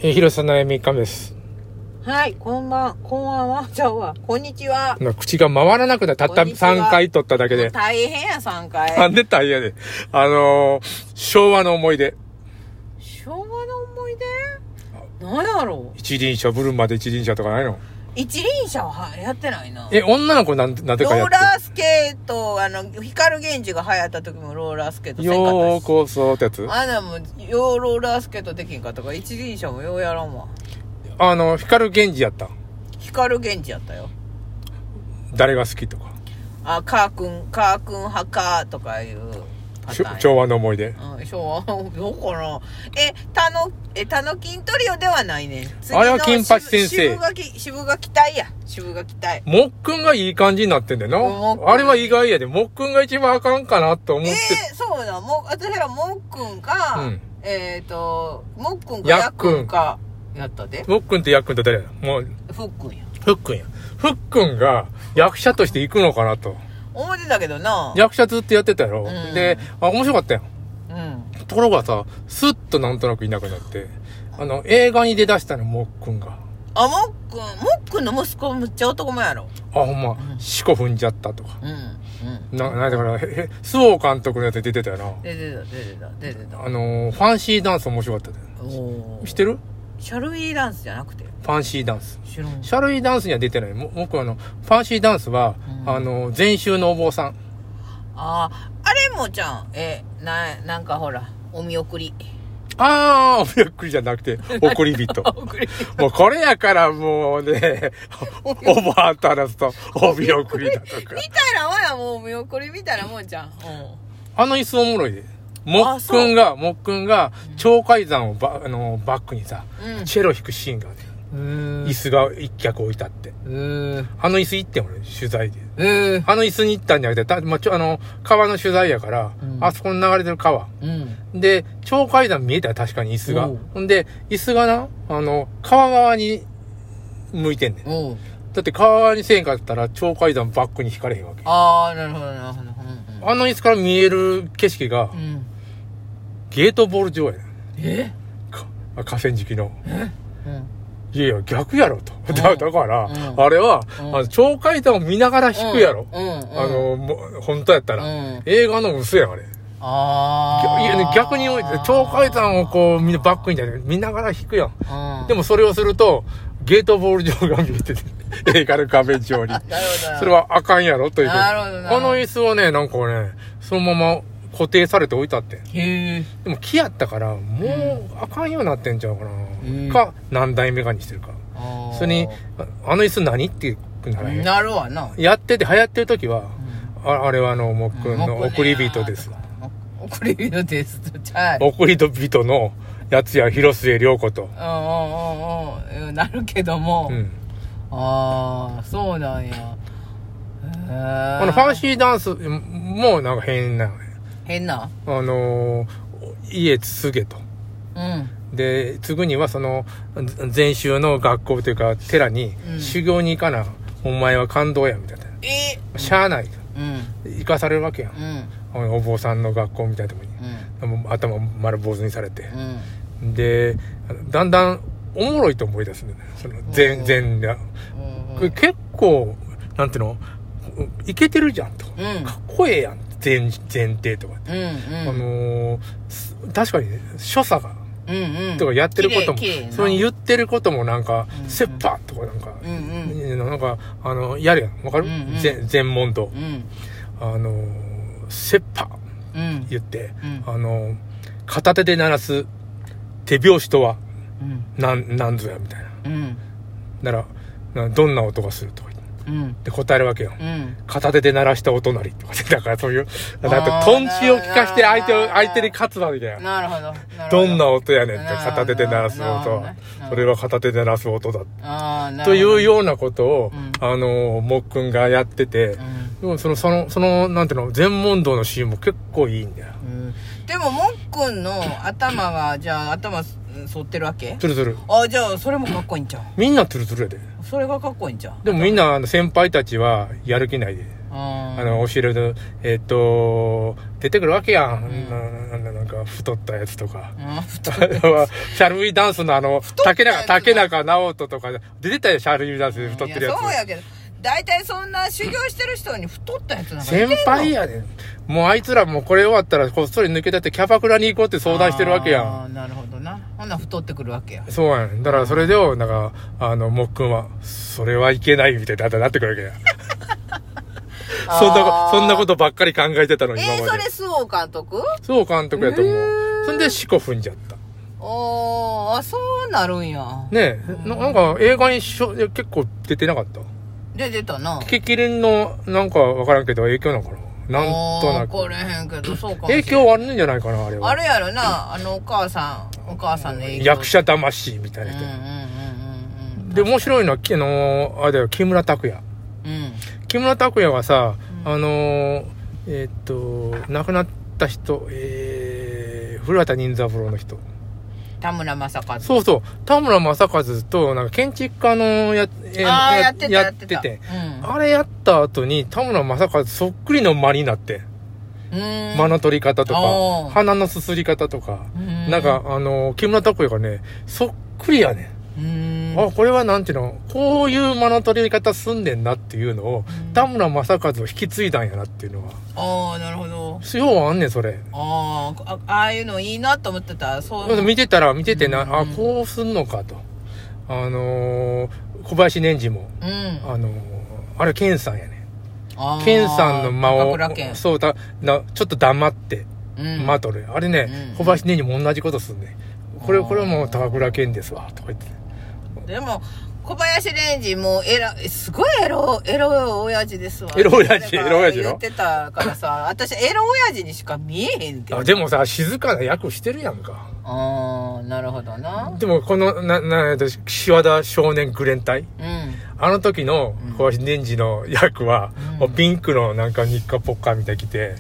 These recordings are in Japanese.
広瀬なやみかんです。 はい、こんばんは、ちゃうわ。こんにちは。 口が回らなくなたった3回取っただけで。 大変や、3回。 なんで大変やで。昭和の思い出。 昭和の思い出何やろう。 一輪車、ブルマで一輪車とかないの？ 一輪車はやってないな。 女の子なんでかやってる？ ローラースケート、光源氏が流行った時もローラースケートせんかったし。 ようこそってやつ？ もようローラースケートできんかったから、一輪車もようやらんわ。 光源氏やった。 光源氏やったよ。 誰が好きとか。 カー君派かとかいうパターン。 昭和の思い出。 昭和、どうかな。タノキントリオではないね。 あれは金八先生。 渋垣隊や。渋垣隊。 もっくんがいい感じになってんだよな。あれは意外やで。もっくんが一番あかんかなと思って。 そうだ。私らもっくんか、もっくんかやっくんかやったで。 もっくんってやっくんって誰や？もう。 ふっくんや。 ふっくんが役者として行くのかなと。 思ってたけどな。 役者ずっとやってたやろ。で、面白かったよ。ところがさ、スッとなんとなくいなくなって、映画に出だしたの、もっくんが。 もっくんの息子むっちゃ男前やろ。 ほんま、四股踏んじゃったとか。だから、周防監督のやつ出てたよな。 出てた。 ファンシーダンス面白かったで。知ってる？ シャルウィーダンスじゃなくて。 ファンシーダンス。 知らん。 シャルウィーダンスには出てない。僕ファンシーダンスは、禅宗のお坊さん。 あれもじゃん。なんかほら、お見送り。 お見送りじゃなくて、送り人。もうこれやからもうね、おばあと話すと、お見送りだとか。 みたいなもんや、もうお見送りみたいなもんじゃん。 椅子おもろいで。もっくんが、鳥海山をバックにさ、チェロ弾くシーンがね、椅子が一脚置いてあって。椅子行ってん俺、取材で。椅子に行ったんじゃなくて、川の取材やから、あそこに流れてる川。で、鳥海山見えたよ、確かに椅子が。ほんで、椅子がな、川側に向いてんねん。だって川側にせんかったら、鳥海山バックに引かれへんわけ。 なるほど。 椅子から見える景色が、ゲートボール場やねん。河川敷の。いや逆やろと。だから、あれは、鳥海山を見ながら弾くやろ。本当やったら。映画の嘘やん、あれ。逆に、鳥海山をこう、みんなバックに見ながら弾くやん。でもそれをすると、ゲートボール場が見えてて、映画の画面上に。それはあかんやろということ。この椅子はね、なんかね、そのまま固定されて置いてあって。でも木やったから、もうあかんようになってんちゃうかな。か、何代目かにしてるか。それに、椅子何ってならへん。 なるわな。 やってて流行ってる時は、あれはもっくんの送り人です。 送り人です。 送り人のやつや広末涼子と。 なるけども。そうなんや。 ファンシーダンスもなんか変な。家継げと。で、継ぐには禅宗の学校というか、寺に修行に行かな、お前は感動や、みたいな。しゃあないと。行かされるわけやん。お坊さんの学校みたいなとこに。頭丸坊主にされて。で、だんだんおもろいと思い出すんだよね。禅が。結構、なんていうの、いけてるじゃんと。かっこええやん。前提とか。確かにね、所作が。とかやってることも、それに言ってることもなんか、セッパーとかなんか、やるやん。わかる？禅問答。セッパー言って、片手で鳴らす手拍子とは、なんぞや、みたいな。なら、どんな音がするとか言って。で答えるわけよ。片手で鳴らしたお隣とか。だからそういう、トンチを聞かして相手に勝つわけや。 なるほど。 どんな音やねんって、片手で鳴らす音は。それは片手で鳴らす音だ。というようなことを、もっくんがやってて、でもなんていうの、禅問答のシーンも結構いいんだよ。 でも、もっくんの頭が、じゃあ頭反ってるわけ？ ツルツル。 じゃあ、それもかっこいいんちゃう？ みんなツルツルやで。 それがかっこいいんちゃう？ でもみんな先輩たちはやる気ないで。 教える、出てくるわけやん。なんか、太ったやつとか。シャルウィダンスの竹中直人とか、出てたよ、シャルウィダンスで太ってるやつ。 そうやけど、大体そんな修行してる人に太ったやつなんかいてんの？ 先輩やねん。もうあいつらもうこれ終わったらこっそり抜け出ってキャバクラに行こうって相談してるわけやん。 ああ、なるほどな。ほんな太ってくるわけや。 そうやねん。だからそれでなんか、もっくんは、それはいけないみたいな、なってくるわけや。そんなことばっかり考えてたの、今まで。 それ、周防監督？ 周防監督やと思う。そんで、四股踏んじゃった。 そうなるんや。 ねえ、なんか映画に結構出てなかった？ 出たな。 キキリンの、なんかわからんけど、影響なのかな？なんとなく。 わかれへんけど、そうかもしれん。 影響あるんじゃないかな、あれは。 あるやろな、お母さんの影響。 役者魂みたいな人。で、面白いのは、あれだよ、木村拓哉。木村拓哉はさ、亡くなった人、古畑任三郎の人。 田村正和。 そうそう。田村正和と、なんか建築家のやってて。あれやった後に、田村正和そっくりの間になって。間の取り方とか、鼻のすすり方とか。なんか、木村拓哉がね、そっくりやねん。これはなんていうの、こういう間の取り方すんねんなっていうのを、田村正和を引き継いだんやなっていうのは。 なるほど。 ようあんねん、それ。 ああいうのいいなと思ってた。 見ててな、こうすんのかと。小林年次も、あれ、健さんやねん。健さんの間を、そうちょっと黙って、間取る。あれね、小林年次も同じことすんねん。これはもう高倉健ですわ、とか言って。 でも、小林蓮司もすごいエロい親父ですわ。 エロ親父の言ってたからさ、私エロ親父にしか見えへんけど。 でもさ、静かな役してるやんか。 なるほどな。 でも、この、岸和田少年グレン隊、あの時の小林年次の役は、もうピンクのなんか日課ポッカーみたいに着て、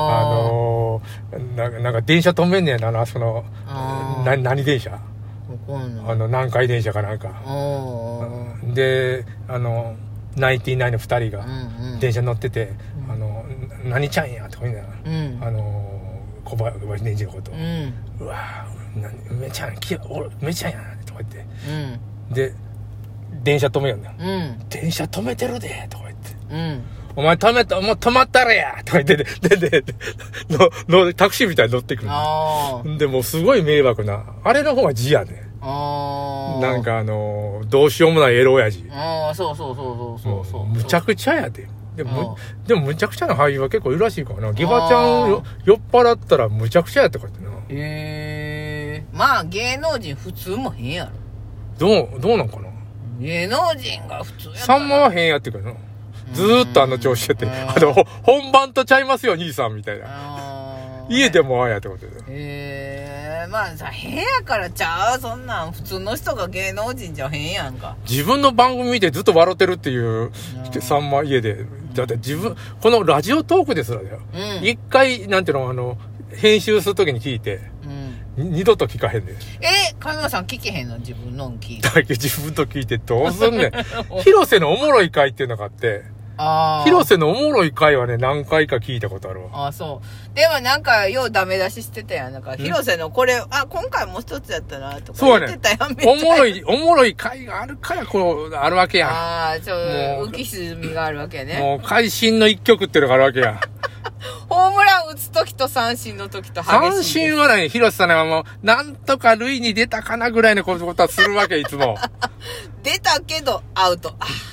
なんか電車止めんねやな、何電車？南海電車かなんか。で、ナインティナインの二人が電車乗ってて、何ちゃんやとか言いながら、小林年次のこと。うわぁ、めちゃんやとか言って。で、電車止めよんねん。電車止めてるでとか言って。お前もう止まったらやとか言って、タクシーみたいに乗ってくる。で、もうすごい迷惑な。あれの方が字やね。なんかどうしようもないエロ親父。そう。むちゃくちゃやで。でもむちゃくちゃな俳優は結構いるらしいからな。ギバちゃん酔っ払ったらむちゃくちゃやって書いてな。 まあ芸能人普通も変やろ。どうなんかな。 芸能人が普通やったら。 さんまは変やってくるな。ずーっと調子やって。本番とちゃいますよ、兄さんみたいな。家でもやってことで。まあさ、変やからちゃう。そんなん普通の人が芸能人じゃ変やんか。 自分の番組見てずっと笑ってるっていうさんま家で。だってこのラジオトークですらだよ。一回、なんていうの、編集するときに聞いて、二度と聞かへんねん。 上村さん聞けへんの？自分の聞いて。 自分と聞いてどうすんねん。広瀬のおもろい回っていうのがあって、広瀬のおもろい回はね、何回か聞いたことあるわ。 そう。でもなんか、ようダメ出ししてたやん。なんか、広瀬のこれ、今回もう一つやったな、とか言ってたやん。 そうね。おもろい回があるから、あるわけやん。 浮き沈みがあるわけね。 もう、会心の一曲っていうのがあるわけやん。 ホームラン打つときと三振のときと激しい。 三振はね、広瀬さんはもう、なんとか塁に出たかなぐらいのことはするわけ、いつも。 出たけど、アウト。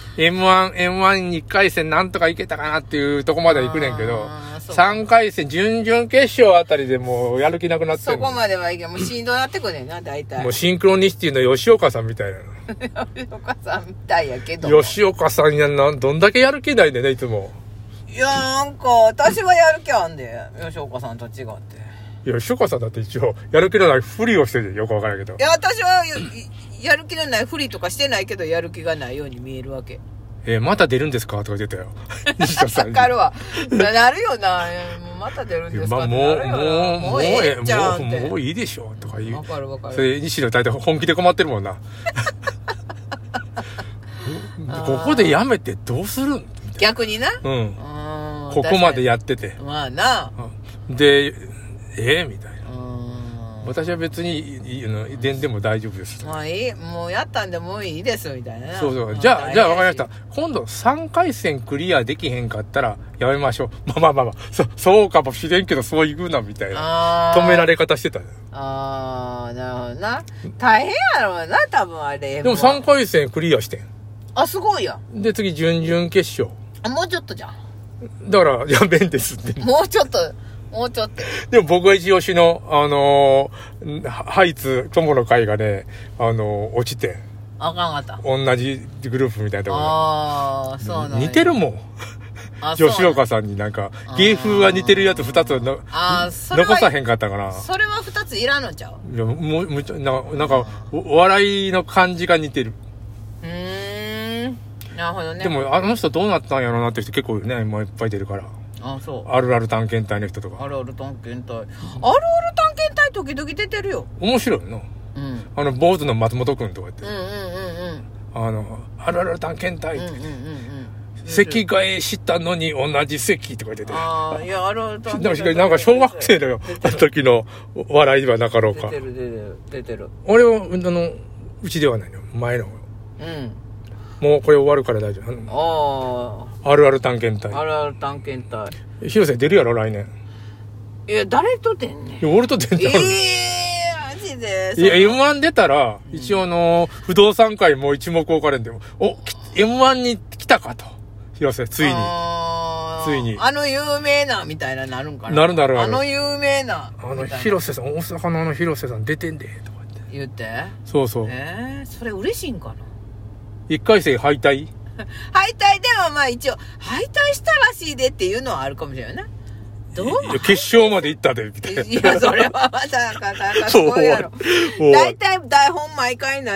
M1 回戦なんとかいけたかなっていうとこまでは行くねんけど、3回戦、準々決勝あたりでもうやる気なくなってる。そこまではいけん。もうしんどなってくねんな、大体。 もうシンクロニシティの吉岡さんみたいなの。 吉岡さんみたいやけど。 吉岡さんどんだけやる気ないんだよね、いつも。 いやなんか、私はやる気あんで、吉岡さんと違って。 いや、吉岡さんだって一応、やる気のないふりをしてるよくわからんけど。 いや、私はやる気のないふりとかしてないけど、やる気がないように見えるわけ。 また出るんですかとか言ってたよ。 わかるわ。なるよな。また出るんですかってなるよな。もうええじゃんって。 もういいでしょとか言う。 わかる。 それ、西野大体本気で困ってるもんな。ここでやめてどうするん逆にな。 ここまでやってて。 まあな。 で、みたいな。私は別に出んでも大丈夫です。 まあいい、もうやったんでもういいですみたいな。 そうそう。じゃあ分かりました。今度3回戦クリアできへんかったらやめましょう。まあ。そうかもしれんけどそういうなみたいな。止められ方してた。 なるほどな。大変やろうな、多分あれ。 でも3回戦クリアしてん。 あ、すごいやん。で、次準々決勝。 もうちょっとじゃん。 だから、やめんですって。 もうちょっと。 でも僕が一押しの、ハイツ友の会がね、落ちて。 あかんかった。 同じグループみたいなところ。 そうなん。 似てるもん。吉岡さんになんか、芸風が似てるやつ2つ残さへんかったかな。 それは2ついらんのちゃう？ いや、もう、なんか、お笑いの感じが似てる。 なるほどね。 でも、あの人どうなったんやろうなって人結構ね、もういっぱい出るから。 そう。 あるある探検隊の人とか。 あるある探検隊時々出てるよ。 面白いの。坊主の松本くんとか言って。あるある探検隊って。席替えしたのに同じ席とか言ってて。 いや、あるある探検隊。 なんか小学生の時の笑いはなかろうか。 出てる。 俺は、うちではないの。前の。もうこれ終わるから大丈夫。あるある探検隊。広瀬出るやろ来年。 いや、誰と出んねん。 俺と出んだろ。 マジで。 いや、M1 出たら、一応不動産界も一目置かれんでも、M1 に来たかと。広瀬、ついに。 有名な、みたいななるんかな。 なる。 有名な。 広瀬さん、大阪の広瀬さん出てんで、とか言って。 そうそう。 それ嬉しいんかな。 1回戦敗退敗退でもまあ一応、敗退したらしいでっていうのはあるかもしれないな。 決勝まで行ったで、みたいな。 いや、それはまた、すごいやろ。大体台本毎回ない。